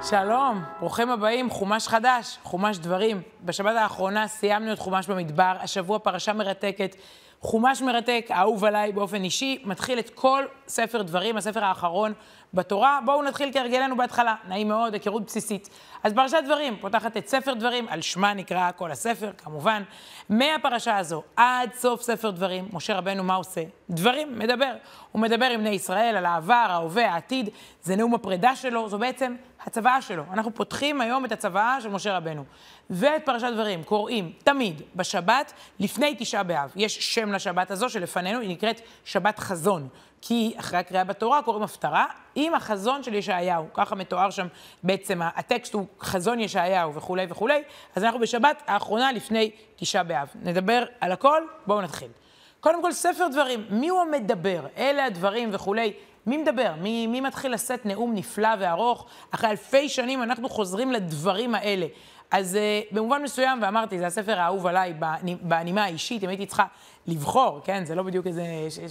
שלום, ברוכים הבאים, חומש חדש, חומש דברים. בשבת האחרונה סיימנו את חומש במדבר, השבוע פרשה מרתקת, חומש מרתק, אהוב עליי באופן אישי, מתחיל את כל ספר דברים, הספר האחרון בתורה. בואו נתחיל כהרגלנו בהתחלה, נעים מאוד, היכרות בסיסית. אז פרשת דברים, פותחת את ספר דברים, על שמה נקרא כל הספר, כמובן. מהפרשה הזו עד סוף ספר דברים, משה רבנו מה עושה? דברים, מדבר. הוא מדבר עם בני ישראל על העבר, ההווה, העתיד, זה נאום הפרידה שלו, זו בעצם הצוואה שלו. אנחנו פותחים היום את הצוואה של משה רבנו. ואת פרשת דברים קוראים תמיד בשבת לפני תשעה באב. יש שם לשבת הזו שלפנינו, היא נקראת שבת חזון. כי אחרי הקריאה בתורה קוראים הפטרה עם החזון של ישעיהו. ככה מתואר שם בעצם, הטקסט הוא חזון ישעיהו וכו' וכו'. אז אנחנו בשבת האחרונה לפני תשעה באב. נדבר על הכל, בואו נתחיל. קודם כל ספר דברים, מי הוא המדבר? אלה הדברים וכו'. מי מדבר? מי מתחיל לשאת נאום נפלא וארוך? אחרי אלפי שנים אנחנו חוזרים לדברים האלה. אז במובן מסוים, ואמרתי, זה הספר האהוב עליי בנימה האישית, אם הייתי צריכה לבחור, כן? זה לא בדיוק איזה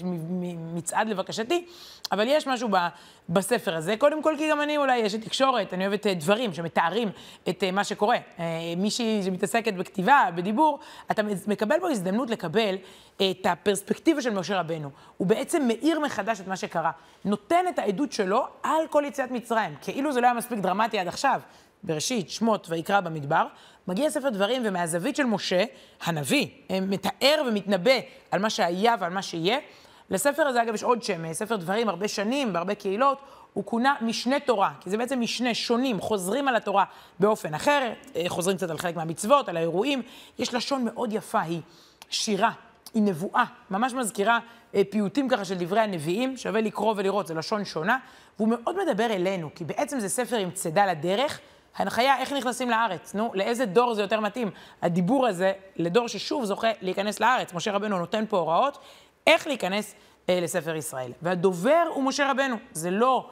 מצעד לבקשתי, אבל יש משהו בספר הזה. קודם כל, כי גם אני אולי יש תקשורת, אני אוהבת דברים שמתארים את מה שקורה. מישהי שמתעסקת בכתיבה, בדיבור, אתה מקבל בו הזדמנות לקבל את הפרספקטיבה של משה רבנו. הוא בעצם מאיר מחדש את מה שקרה. נותן את העדות שלו על כל יציאת מצרים. כאילו זה לא היה מספיק דרמטי עד עכשיו. בראשית, שמות ויקרא במדבר, מגיע ספר דברים ומהזווית של משה, הנביא, מתאר ומתנבא על מה שהיה ועל מה שיהיה. לספר הזה, אגב, יש עוד שם, ספר דברים, הרבה שנים, בהרבה קהילות, הוא כונה משנה תורה, כי זה בעצם משנה שונים, חוזרים על התורה באופן אחר, חוזרים קצת על חלק מהמצוות, על האירועים. יש לשון מאוד יפה, היא שירה, היא נבואה, ממש מזכירה פיוטים ככה של דברי הנביאים, שווה לקרוא ולראות, זה לשון שונה, והוא מאוד מדבר אלינו, כי בעצם זה ספר עם צידה לדרך, הנחיה איך נכנסים לארץ, נו, לאיזה דור זה יותר מתאים, הדיבור הזה לדור ששוב זוכה להיכנס לארץ. משה רבנו נותן פה הוראות איך להיכנס לספר ישראל. והדובר הוא משה רבנו, זה לא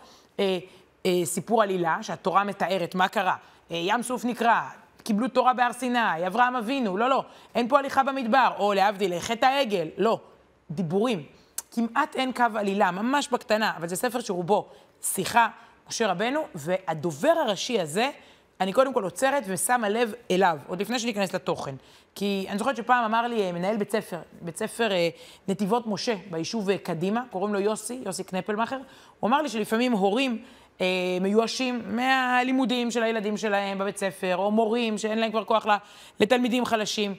סיפור עלילה שהתורה מתארת מה קרה, ים סוף נקרא, קיבלו תורה בהר סיני, אברהם אבינו, לא, אין פה הליכה במדבר, או להבדיל, חטא העגל, לא, דיבורים. כמעט אין קו עלילה, ממש בקטנה, אבל זה ספר שרובו שיחה משה רבנו, והדובר הראשי הזה, אני קודם כל עוצרת ושמה לב אליו, עוד לפני שניכנס לתוכן. כי אני זוכרת שפעם אמר לי מנהל בית ספר נתיבות משה, ביישוב קדימה, קוראים לו יוסי קנפלמאכר, הוא אמר לי שלפעמים הורים מיואשים מהלימודים של הילדים שלהם בבית ספר, או מורים שאין להם כבר כוח לתלמידים חלשים.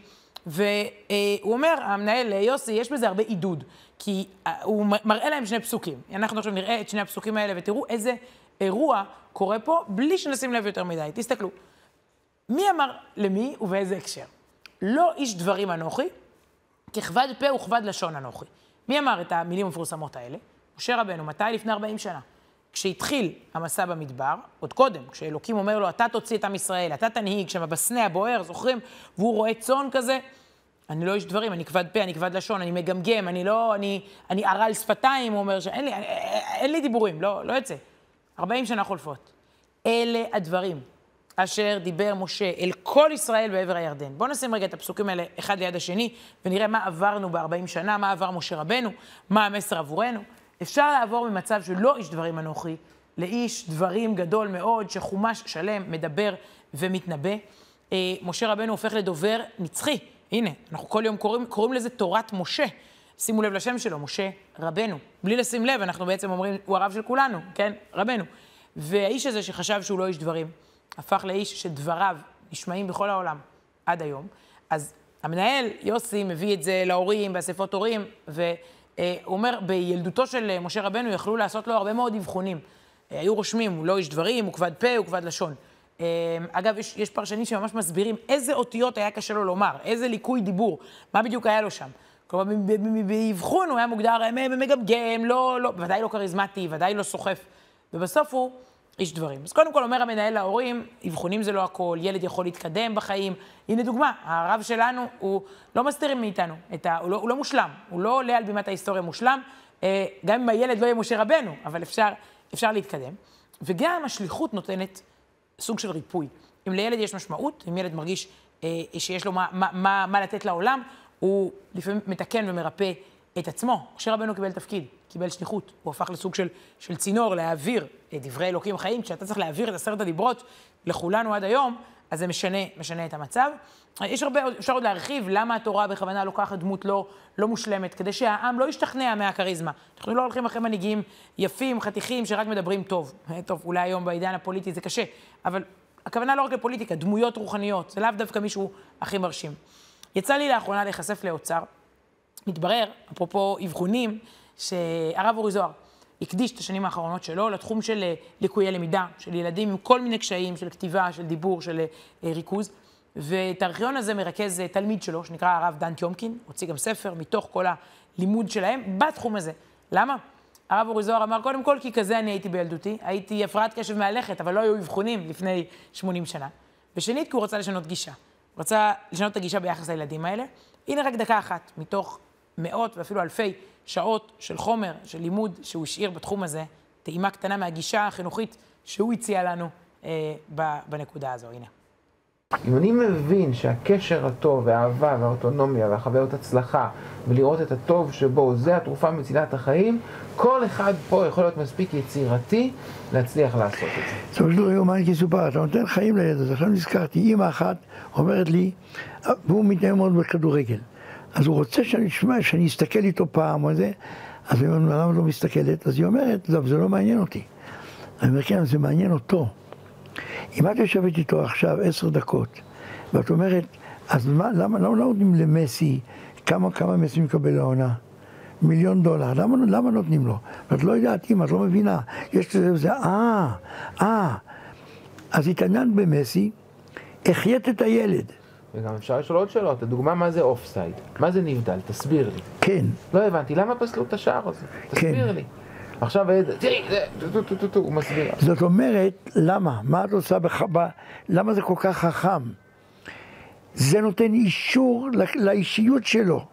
והוא אומר, המנהל יוסי, יש בזה הרבה עידוד, כי הוא מראה להם שני פסוקים. אנחנו עכשיו נראה את שני הפסוקים האלה ותראו איזה אירוע קורה פה בלי שנשים לב יותר מדי. תסתכלו. מי אמר למי ובאיזה הקשר? לא איש דברים אנוכי, ככבד פה וכבד לשון אנוכי. מי אמר את המילים המפורסמות האלה? משה רבנו, מתי? לפני 40 שנה. כשהתחיל המסע במדבר, עוד קודם, כשאלוקים אומר לו, אתה תוציא את עם ישראל, אתה תנהיג, שם בסנה הבוער, זוכרים? והוא רואה צאן כזה, אני לא איש דברים, אני כבד פה, אני כבד לשון, אני מגמגם, אני ערל שפתיים, הוא אומר אין לי דיבורים, לא יוצא. 40 שנה חולפות. אלה הדברים אשר דיבר משה אל כל ישראל בעבר הירדן. בואו נשים רגע את הפסוקים האלה אחד ליד השני, ונראה מה עברנו ב-40 שנה, מה עבר משה רבנו, מה המסר עבורנו. אפשר לעבור ממצב שלא איש דברים אנוכי, לאיש דברים גדול מאוד, שחומש שלם מדבר ומתנבא. משה רבנו הופך לדובר נצחי. הנה, אנחנו כל יום קוראים לזה תורת משה. שימו לב לשם שלו, משה רבנו. בלי לשים לב, אנחנו בעצם אומרים, הוא הרב של כולנו, כן? רבנו. והאיש הזה שחשב שהוא לא איש דברים, הפך לאיש שדבריו נשמעים בכל העולם עד היום. אז המנהל, יוסי, מביא את זה להורים, באספות הורים, והוא אומר, בילדותו של משה רבנו יכלו לעשות לו הרבה מאוד אבחונים. היו רושמים, הוא לא איש דברים, הוא כבד פה, הוא כבד לשון. אגב, יש פרשנים שממש מסבירים איזה אותיות היה קשה לו לומר, איזה ליקוי דיבור, מה בדיוק היה לו שם. כלומר, באבחון הוא היה מוגדר מגמגם, ודאי לא כריזמטי, ודאי לא סוחף. ובסוף הוא איש דברים. אז קודם כל אומר המנהל להורים, אבחונים זה לא הכל, ילד יכול להתקדם בחיים. הנה דוגמה, הרב שלנו הוא לא מסתירים מאיתנו, הוא לא מושלם, הוא לא עולה על בימת ההיסטוריה מושלם, גם אם הילד לא יהיה משה רבנו, אבל אפשר להתקדם. וגם השליחות נותנת סוג של ריפוי. אם לילד יש משמעות, אם ילד מרגיש שיש לו מה לתת לעולם, הוא לפעמים מתקן ומרפא את עצמו. משה רבנו קיבל תפקיד, קיבל שליחות. הוא הפך לסוג של צינור להעביר את דברי אלוקים חיים. כשאתה צריך להעביר את 10 הדיברות לכולנו עד היום, אז זה משנה את המצב. יש הרבה, אפשר עוד להרחיב למה התורה בכוונה לוקחת דמות לא מושלמת, כדי שהעם לא ישתכנע מהכריזמה. אנחנו לא הולכים אחרי מנהיגים יפים, חתיכים, שרק מדברים טוב. טוב, אולי היום בעידן הפוליטי זה קשה, אבל הכוונה לא רק לפוליטיקה, דמויות רוחניות, זה לאו דווקא מישהו הכי מרשים. יצא לי לאחרונה להיחשף לאוצר, מתברר, אפרופו אבחונים, שהרב אורי זוהר הקדיש את השנים האחרונות שלו לתחום של ליקויי למידה, של ילדים עם כל מיני קשיים, של כתיבה, של דיבור, של ריכוז. ואת הארכיון הזה מרכז תלמיד שלו, שנקרא הרב דן טיומקין, הוציא גם ספר מתוך כל הלימוד שלהם בתחום הזה. למה? הרב אורי זוהר אמר, קודם כל, כי כזה אני הייתי בילדותי, הייתי הפרעת קשב מהלכת, אבל לא היו אבחונים לפני 80 שנה. ושנית, כי הוא רצה לשנות גישה. הוא רצה לשנות את הגישה ביחס לילדים האלה. הנה רק דקה אחת, מתוך מאות ואפילו אלפי שעות של חומר, של לימוד שהוא השאיר בתחום הזה, טעימה קטנה מהגישה החינוכית שהוא הציע לנו בנקודה הזו. הנה. אם אני מבין שהקשר הטוב והאהבה והאוטונומיה והחוויות הצלחה ולראות את הטוב שבו זה התרופה מצילת החיים, כל אחד פה יכול להיות מספיק יצירתי להצליח לעשות את זה. בסופו של דבר יומן כסופר, אתה נותן חיים לילד הזה. עכשיו נזכרתי, אמא אחת אומרת לי, והוא מתנהל מאוד בכדורגל, אז הוא רוצה שאני אסתכל איתו פעם או זה, אז היא אומרת, למה לא מסתכלת? אז היא אומרת, זה לא מעניין אותי. אני אומר, כן, זה מעניין אותו. אם את יושבת איתו עכשיו 10 דקות, ואת אומרת, אז למה לא נותנים למסי, כמה מסי מקבל לעונה? $1,000,000. למה נותנים לו? ואת לא יודעת, אם את לא מבינה, יש לזה, אז התעניינת במסי, החיית את הילד. וגם אפשר לשאול עוד שאלות, לדוגמה, מה זה אופסייד? מה זה נבדל? תסביר לי. כן. לא הבנתי, למה פסלו את השער הזה? תסביר לי. עכשיו, תראי, הוא מסביר. זאת אומרת, למה? מה את עושה למה זה כל כך חכם? זה נותן אישור לאישיות שלו.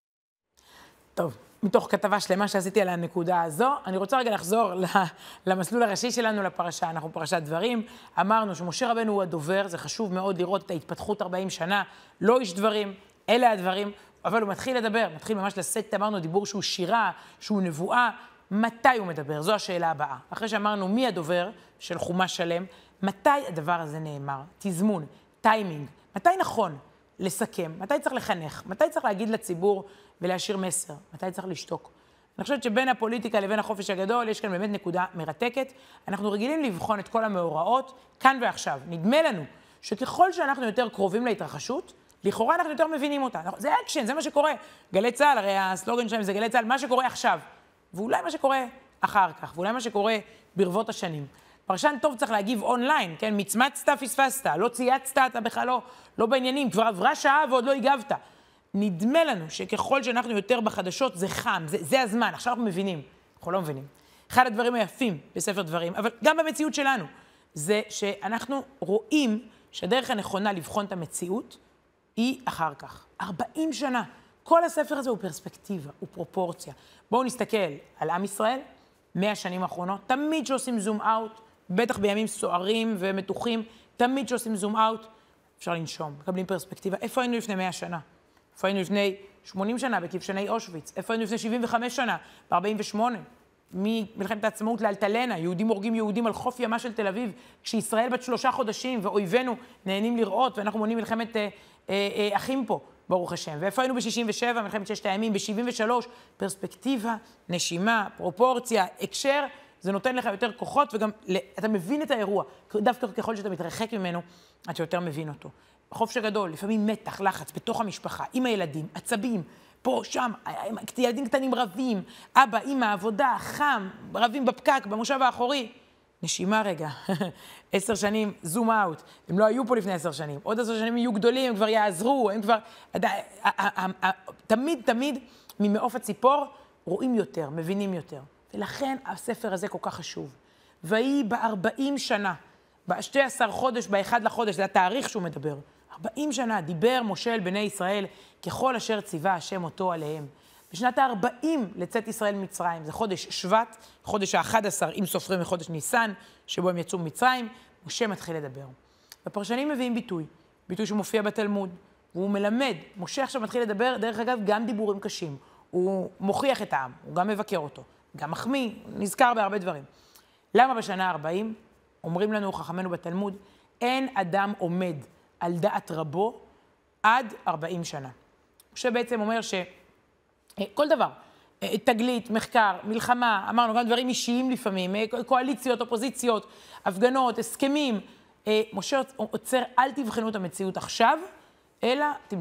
טוב, מתוך כתבה שלמה שעשיתי על הנקודה הזו, אני רוצה רגע לחזור למסלול הראשי שלנו, לפרשה. אנחנו פרשת דברים. אמרנו שמשה רבנו הוא הדובר, זה חשוב מאוד לראות את ההתפתחות 40 שנה, לא איש דברים, אלה הדברים, אבל הוא מתחיל לדבר, מתחיל ממש לשאת, אמרנו, דיבור שהוא שירה, שהוא נבואה. מתי הוא מדבר? זו השאלה הבאה. אחרי שאמרנו מי הדובר של חומש שלם, מתי הדבר הזה נאמר? תזמון, טיימינג. מתי נכון לסכם? מתי צריך לחנך? מתי צריך להגיד לציבור ולהשאיר מסר? מתי צריך לשתוק? אני חושבת שבין הפוליטיקה לבין החופש הגדול יש כאן באמת נקודה מרתקת. אנחנו רגילים לבחון את כל המאורעות כאן ועכשיו. נדמה לנו שככל שאנחנו יותר קרובים להתרחשות, לכאורה אנחנו יותר מבינים אותה. זה אקשן, זה מה שקורה. גלי צהל, הרי הסלוגן שלהם זה גלי צהל, מה שקורה עכשיו. ואולי מה שקורה אחר כך, ואולי מה שקורה ברבות השנים. פרשן טוב צריך להגיב אונליין, כן? מצמצת, פספסת, לא צייצת, אתה בכלל לא בעניינים, כבר עברה שעה ועוד לא הגבת. נדמה לנו שככל שאנחנו יותר בחדשות, זה חם, זה הזמן, עכשיו אנחנו מבינים. אנחנו לא מבינים. אחד הדברים היפים בספר דברים, אבל גם במציאות שלנו, זה שאנחנו רואים שהדרך הנכונה לבחון את המציאות היא אחר כך. 40 שנה. כל הספר הזה הוא פרספקטיבה, הוא פרופורציה. בואו נסתכל על עם ישראל, 100 שנים האחרונות, תמיד שעושים זום אאוט, בטח בימים סוערים ומתוחים, תמיד שעושים זום אאוט, אפשר לנשום, מקבלים פרספקטיבה. איפה היינו לפני 100 שנה? איפה היינו לפני 80 שנה בכבשני אושוויץ? איפה היינו לפני 75 שנה? ב-48? ממלחמת העצמאות לאלטלנה, יהודים הורגים יהודים על חוף ימה של תל אביב, כשישראל בת 3 חודשים ואויבינו נהנים לראות, ואנחנו מונים מלחמת אחים פה. ברוך השם. ואיפה היינו ב-67, מלחמת 6 הימים, ב-73, פרספקטיבה, נשימה, פרופורציה, הקשר, זה נותן לך יותר כוחות, וגם אתה מבין את האירוע. דווקא ככל שאתה מתרחק ממנו, אתה יותר מבין אותו. בחופש הגדול, לפעמים מתח, לחץ, בתוך המשפחה, עם הילדים, עצבים, פה, שם, ילדים קטנים רבים, אבא, אמא, עבודה, חם, רבים בפקק, במושב האחורי. נשימה רגע, 10 שנים, זום אאוט. הם לא היו פה לפני 10 שנים. עוד 10 שנים יהיו גדולים, הם כבר יעזרו, הם כבר... תמיד, ממעוף הציפור, רואים יותר, מבינים יותר. ולכן הספר הזה כל כך חשוב. והיא ב-40 שנה, ב-12 חודש, ב-1 לחודש, זה התאריך שהוא מדבר. 40 שנה דיבר משה אל בני ישראל, ככל אשר ציווה השם אותו עליהם. בשנת ה-40 לצאת ישראל ממצרים, זה חודש שבט, חודש ה-11, אם סופרים מחודש ניסן, שבו הם יצאו ממצרים, משה מתחיל לדבר. הפרשנים מביאים ביטוי שמופיע בתלמוד, והוא מלמד, משה עכשיו מתחיל לדבר, דרך אגב, גם דיבורים קשים. הוא מוכיח את העם, הוא גם מבקר אותו, גם מחמיא, נזכר בהרבה דברים. למה בשנה ה-40, אומרים לנו חכמינו בתלמוד, אין אדם עומד על דעת רבו עד 40 שנה. שבעצם אומר שכל דבר, תגלית, מחקר, מלחמה, אמרנו גם דברים אישיים לפעמים, קואליציות, אופוזיציות, הפגנות, הסכמים. משה עוצר, אל תבחנו את המציאות עכשיו, אלא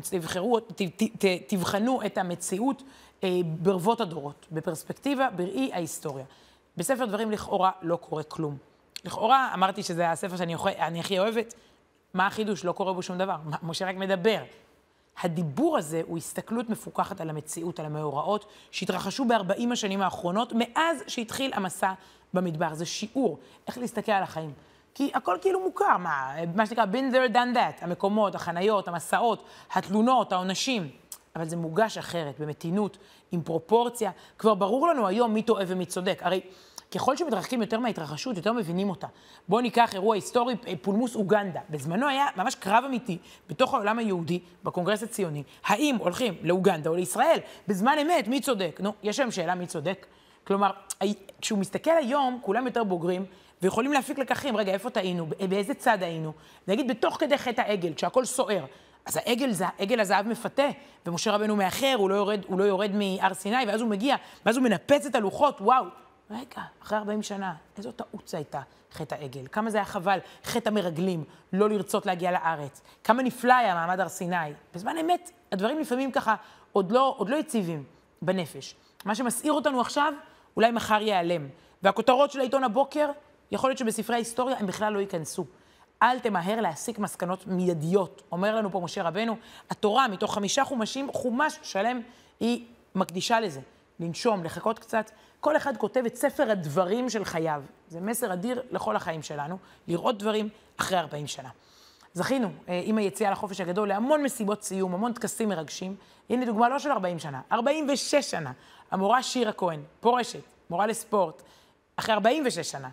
תבחנו את המציאות ברבות הדורות, בפרספקטיבה, בראי ההיסטוריה. בספר דברים לכאורה לא קורה כלום. לכאורה, אמרתי שזה הספר שאני הכי אוהבת, מה החידוש? לא קורה בו שום דבר. משה רק מדבר. הדיבור הזה הוא הסתכלות מפוקחת על המציאות, על המאורעות, שהתרחשו ב-40 השנים האחרונות, מאז שהתחיל המסע במדבר. זה שיעור, איך להסתכל על החיים. כי הכל כאילו מוכר, מה שנקרא, been there, done that, המקומות, החניות, המסעות, התלונות, העונשים. אבל זה מוגש אחרת, במתינות, עם פרופורציה. כבר ברור לנו היום מי טועה ומי צודק. הרי ככל שמתרחקים יותר מההתרחשות, יותר מבינים אותה. בואו ניקח אירוע היסטורי, פולמוס אוגנדה. בזמנו היה ממש קרב אמיתי בתוך העולם היהודי, בקונגרס הציוני. האם הולכים לאוגנדה או לישראל? בזמן אמת, מי צודק? נו, יש היום שאלה מי צודק. כלומר, כשהוא מסתכל היום, כולם יותר בוגרים, ויכולים להפיק לקחים. רגע, איפה טעינו? באיזה צד היינו? נגיד, בתוך כדי חטא העגל, כשהכל סוער. אז העגל הזהב מפתה, ומשה רבנו מאחר, הוא לא יורד מהר סיני, ואז הוא מגיע, ואז הוא מנפץ את הלוחות, וואו. רגע, אחרי 40 שנה, איזו טעות זה הייתה, חטא העגל. כמה זה היה חבל, חטא המרגלים, לא לרצות להגיע לארץ. כמה נפלא היה מעמד הר סיני. בזמן אמת, הדברים לפעמים ככה עוד לא יציבים בנפש. מה שמסעיר אותנו עכשיו, אולי מחר ייעלם. והכותרות של העיתון הבוקר, יכול להיות שבספרי ההיסטוריה הם בכלל לא ייכנסו. אל תמהר להסיק מסקנות מיידיות. אומר לנו פה משה רבנו, התורה מתוך 5 חומשים, חומש שלם היא מקדישה לזה. לנשום, לחכות קצת. כל אחד כותב את ספר הדברים של חייו. זה מסר אדיר לכל החיים שלנו, לראות דברים אחרי 40 שנה. זכינו עם היציאה לחופש הגדול להמון מסיבות סיום, המון טקסים מרגשים. הנה דוגמה לא של 40 שנה, 46 שנה. המורה שירה כהן, פורשת, מורה לספורט, אחרי 46 שנה.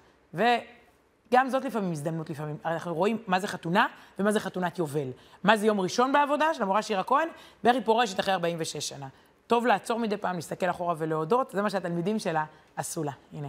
וגם זאת לפעמים הזדמנות לפעמים. אנחנו רואים מה זה חתונה ומה זה חתונת יובל. מה זה יום ראשון בעבודה של המורה שירה כהן, ואיך היא פורשת אחרי 46 שנה. טוב לעצור מדי פעם, להסתכל אחורה ולהודות, זה מה שהתלמידים שלה עשו לה. הנה.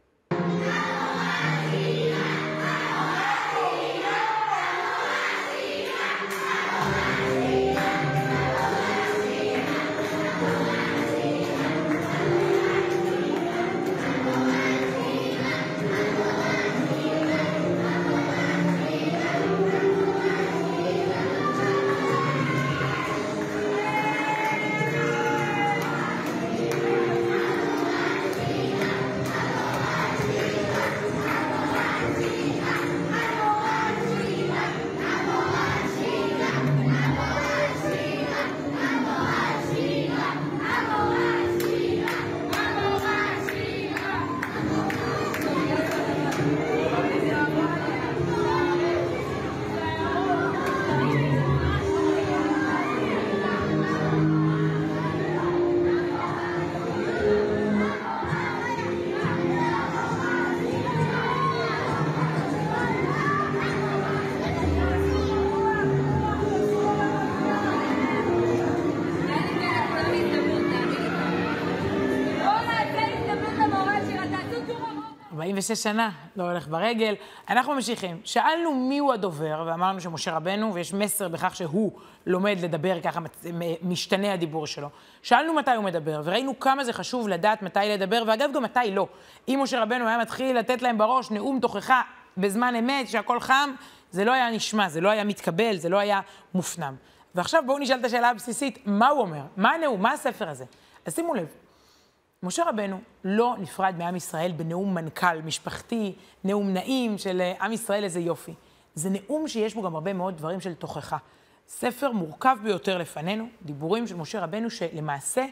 46 שנה, לא הולך ברגל. אנחנו ממשיכים. שאלנו מיהו הדובר, ואמרנו שמשה רבנו, ויש מסר בכך שהוא לומד לדבר, ככה משתנה הדיבור שלו. שאלנו מתי הוא מדבר, וראינו כמה זה חשוב לדעת מתי לדבר, ואגב גם מתי לא. אם משה רבנו היה מתחיל לתת להם בראש נאום תוכחה בזמן אמת, שהכל חם, זה לא היה נשמע, זה לא היה מתקבל, זה לא היה מופנם. ועכשיו בואו נשאל את השאלה הבסיסית, מה הוא אומר? מה הנאום? מה הספר הזה? אז שימו לב. משה רבנו לא נפרד מעם ישראל בנאום מנכ"ל משפחתי, נאום נעים של עם ישראל, איזה יופי. זה נאום שיש בו גם הרבה מאוד דברים של תוכחה. ספר מורכב ביותר לפנינו, דיבורים של משה רבנו שלמעשה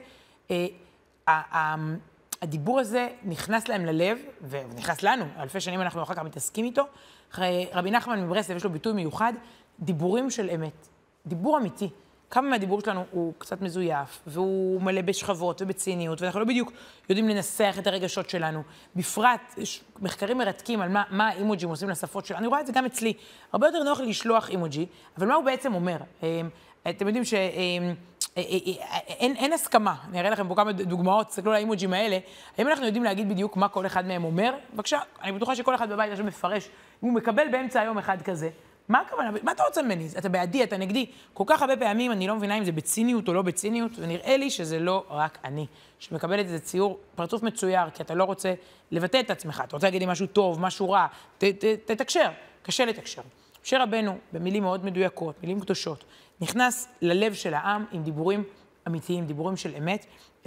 הדיבור הזה נכנס להם ללב, ונכנס לנו, אלפי שנים אנחנו אחר כך מתעסקים איתו. רבי נחמן מברסלב יש לו ביטוי מיוחד, דיבורים של אמת, דיבור אמיתי. כמה מהדיבור שלנו הוא קצת מזויף, והוא מלא בשכבות ובציניות, ואנחנו לא בדיוק יודעים לנסח את הרגשות שלנו. בפרט, יש מחקרים מרתקים על מה האימוג'ים עושים לשפות שלנו. אני רואה את זה גם אצלי. הרבה יותר נוח לשלוח אימוג'י, אבל מה הוא בעצם אומר? אתם יודעים אין הסכמה. אני אראה לכם פה כמה דוגמאות, תסתכלו על האימוג'ים האלה. האם אנחנו יודעים להגיד בדיוק מה כל אחד מהם אומר? בבקשה, אני בטוחה שכל אחד בבית עכשיו מפרש. אם הוא מקבל באמצע היום אחד כזה, מה הכוונה? מה אתה רוצה ממני? אתה בעדי, אתה נגדי. כל כך הרבה פעמים אני לא מבינה אם זה בציניות או לא בציניות, ונראה לי שזה לא רק אני, שמקבלת איזה ציור פרצוף מצויר, כי אתה לא רוצה לבטא את עצמך, אתה רוצה להגיד לי משהו טוב, משהו רע, תתקשר, קשה לתקשר. משה רבנו, במילים מאוד מדויקות, מילים קדושות, נכנס ללב של העם עם דיבורים אמיתיים, דיבורים של אמת,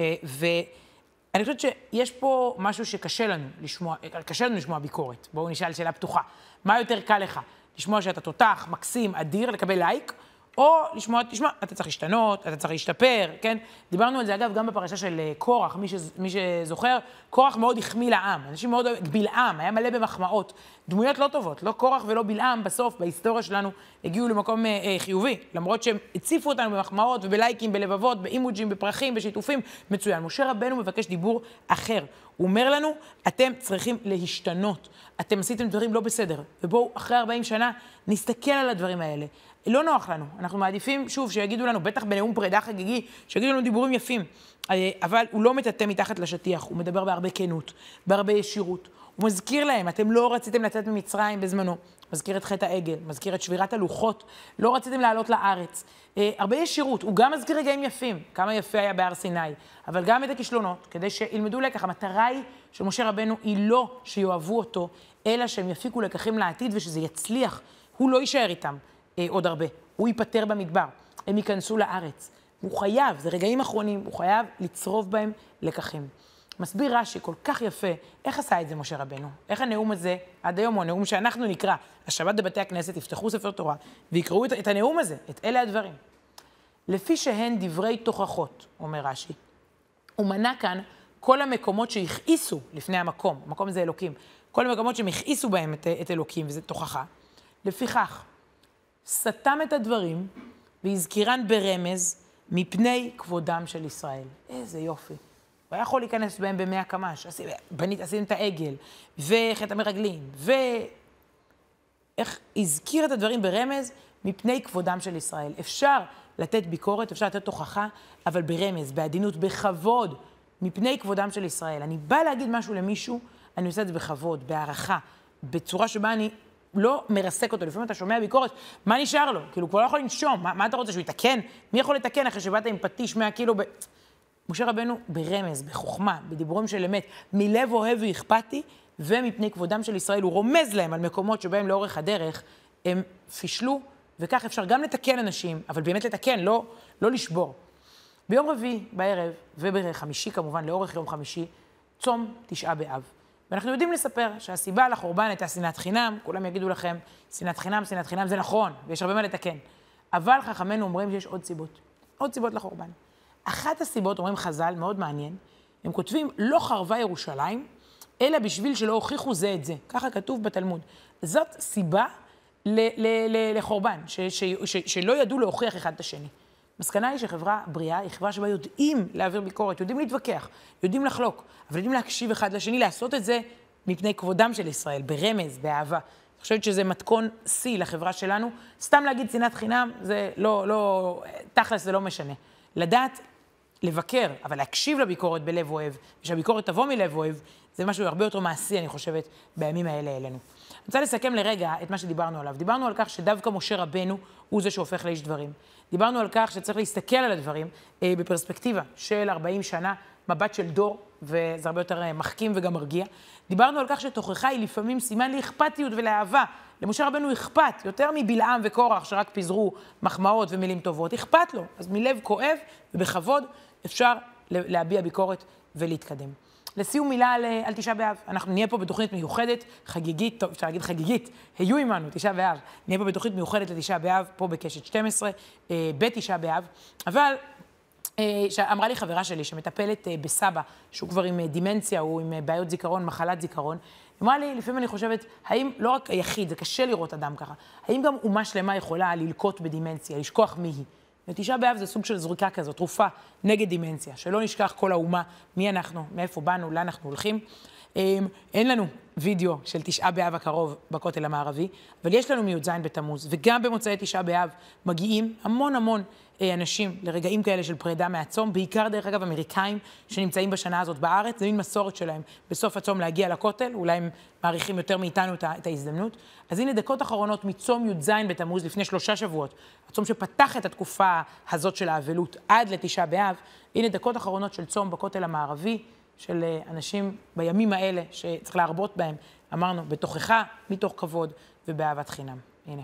ואני חושבת שיש פה משהו שקשה לנו לשמוע ביקורת. בואו נשאל שאלה פתוחה. מה יותר קל לך? לשמוע שאתה תותח, מקסים, אדיר, לקבל לייק, או לשמוע, תשמע, אתה צריך להשתנות, אתה צריך להשתפר, כן? דיברנו על זה, אגב, גם בפרשה של קורח, מי שזוכר, קורח מאוד החמיא לעם, אנשים מאוד, בלעם, היה מלא במחמאות, דמויות לא טובות, לא קורח ולא בלעם, בסוף, בהיסטוריה שלנו, הגיעו למקום חיובי, למרות שהם הציפו אותנו במחמאות ובלייקים, בלבבות, באימוג'ים, בפרחים, בשיתופים, מצוין. משה רבנו מבקש דיבור אחר. הוא אומר לנו, אתם צריכים להשתנות, אתם עשיתם דברים לא בסדר, ובואו, אחרי 40 שנה, נסתכל על הדברים האלה. לא נוח לנו, אנחנו מעדיפים, שוב, שיגידו לנו, בטח בנאום פרידה חגיגי, שיגידו לנו דיבורים יפים, אבל הוא לא מטאטא מתחת לשטיח, הוא מדבר בהרבה כנות, בהרבה ישירות. הוא מזכיר להם, אתם לא רציתם לצאת ממצרים בזמנו, מזכיר את חטא העגל, מזכיר את שבירת הלוחות, לא רציתם לעלות לארץ. הרבה ישירות, הוא גם מזכיר רגעים יפים, כמה יפה היה בהר סיני, אבל גם את הכישלונות, כדי שילמדו לקח. המטרה היא של משה רבנו היא לא שיאהבו אותו, אלא שהם יפיקו לקחים לעתיד ושזה יצליח. הוא לא יישאר איתם עוד הרבה, הוא ייפטר במדבר, הם ייכנסו לארץ. הוא חייב, זה רגעים אחרונים, הוא חייב לצרוב בהם לקחים. מסביר רש"י כל כך יפה, איך עשה את זה משה רבנו? איך הנאום הזה, עד היום הוא הנאום שאנחנו נקרא, השבת בבתי הכנסת, יפתחו ספר תורה, ויקראו את הנאום הזה, את אלה הדברים. לפי שהן דברי תוכחות, אומר רש"י, הוא מנה כאן כל המקומות שהכעיסו לפני המקום, המקום זה אלוקים, כל המקומות שהם הכעיסו בהם את אלוקים, וזה תוכחה. לפיכך, סתם את הדברים, והזכירן ברמז, מפני כבודם של ישראל. איזה יופי. הוא היה יכול להיכנס בהם ב100 קמ"ש, עשיתם את העגל, וחטא המרגלים, איך הזכיר את הדברים ברמז, מפני כבודם של ישראל. אפשר לתת ביקורת, אפשר לתת תוכחה, אבל ברמז, בעדינות, בכבוד, מפני כבודם של ישראל. אני באה להגיד משהו למישהו, אני עושה את זה בכבוד, בהערכה, בצורה שבה אני לא מרסק אותו. לפעמים אתה שומע ביקורת, מה נשאר לו? כאילו, כבר לא יכול לנשום, מה אתה רוצה, שהוא יתקן? מי יכול לתקן אחרי שבאת עם פטיש 100 קילו משה רבנו ברמז, בחוכמה, בדיבורים של אמת, מלב אוהב ואכפתי, ומפני כבודם של ישראל, הוא רומז להם על מקומות שבהם לאורך הדרך הם פישלו, וכך אפשר גם לתקן אנשים, אבל באמת לתקן, לא לשבור. ביום רביעי בערב, ובחמישי כמובן, לאורך יום חמישי, צום 9 באב. ואנחנו יודעים לספר שהסיבה לחורבן הייתה שנאת חינם, כולם יגידו לכם, שנאת חינם זה נכון, ויש הרבה מה לתקן. אבל חכמינו אומרים שיש עוד סיבות לחורבן. אחת הסיבות, אומרים חז"ל, מאוד מעניין, הם כותבים, לא חרבה ירושלים, אלא בשביל שלא הוכיחו זה את זה. ככה כתוב בתלמוד. זאת סיבה לחורבן, שלא ידעו להוכיח אחד את השני. מסקנה היא שחברה בריאה היא חברה שבה יודעים להעביר ביקורת, יודעים להתווכח, יודעים לחלוק, אבל יודעים להקשיב אחד לשני, לעשות את זה מפני כבודם של ישראל, ברמז, באהבה. אני חושבת שזה מתכון C לחברה שלנו. סתם להגיד שנאת חינם, זה תכלס זה לא משנה. לדעת לבקר, אבל להקשיב לביקורת בלב אוהב, ושהביקורת תבוא מלב אוהב, זה משהו הרבה יותר מעשי, אני חושבת, בימים האלה אלינו. אני רוצה לסכם לרגע את מה שדיברנו עליו. דיברנו על כך שדווקא משה רבנו הוא זה שהופך לאיש דברים. דיברנו על כך שצריך להסתכל על הדברים בפרספקטיבה של 40 שנה, מבט של דור, וזה הרבה יותר מחכים וגם מרגיע. דיברנו על כך שתוכחה היא לפעמים סימן לאכפתיות ולאהבה. למשה רבנו אכפת, יותר מבלעם וקורח שרק פיזרו מחמאות ומילים טובות. אכפת לו, אז מלב כואב ובכבוד אפשר להביע ביקורת ולהתקדם. לסיום מילה על 9 באב. אנחנו נהיה פה בתוכנית מיוחדת, חגיגית, טוב, אפשר להגיד חגיגית, היו עמנו, 9 באב. נהיה פה בתוכנית מיוחדת ל9 באב, פה בקשת 12, ב9 באב. אבל אמרה לי חברה שלי שמטפלת בסבא, שהוא כבר עם דימנציה, הוא עם בעיות זיכרון, מחלת זיכרון. אמרה לי, לפעמים אני חושבת, האם לא רק היחיד, זה קשה לראות אדם ככה, האם גם אומה שלמה יכולה ללקות בדימנציה, לשכוח מי היא? ו9 באב זה סוג של זריקה כזאת, תרופה נגד דימנציה, שלא נשכח כל האומה, מי אנחנו, מאיפה באנו, לאן אנחנו הולכים. אין לנו וידאו של תשעה באב הקרוב בכותל המערבי, אבל יש לנו מי"ז בתמוז, וגם במוצאי תשעה באב מגיעים המון אנשים לרגעים כאלה של פרידה מהצום, בעיקר דרך אגב אמריקאים שנמצאים בשנה הזאת בארץ, זה מין מסורת שלהם בסוף הצום להגיע לכותל, אולי הם מעריכים יותר מאיתנו את ההזדמנות. אז הנה דקות אחרונות מצום י"ז בתמוז לפני 3 שבועות, הצום שפתח את התקופה הזאת של האבלות עד לתשעה באב, הנה דקות אחרונות של צום בכותל המערבי, של אנשים בימים האלה שצריך להרבות בהם, אמרנו, בתוכחה, מתוך כבוד ובאהבת חינם. הנה.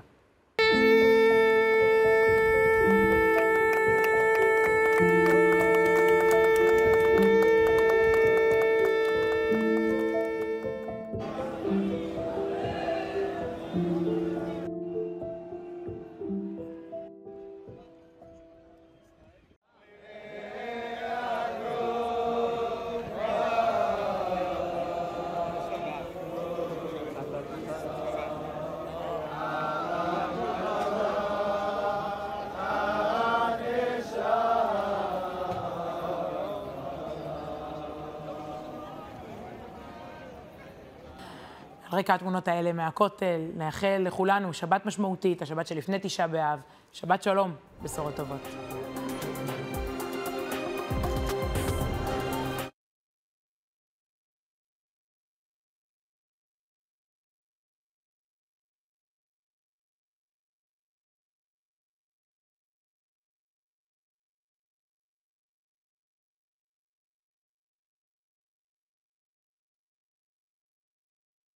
על רקע התמונות האלה מהכותל, נאחל לכולנו שבת משמעותית, השבת שלפני תשעה באב, שבת שלום, בשורות טובות.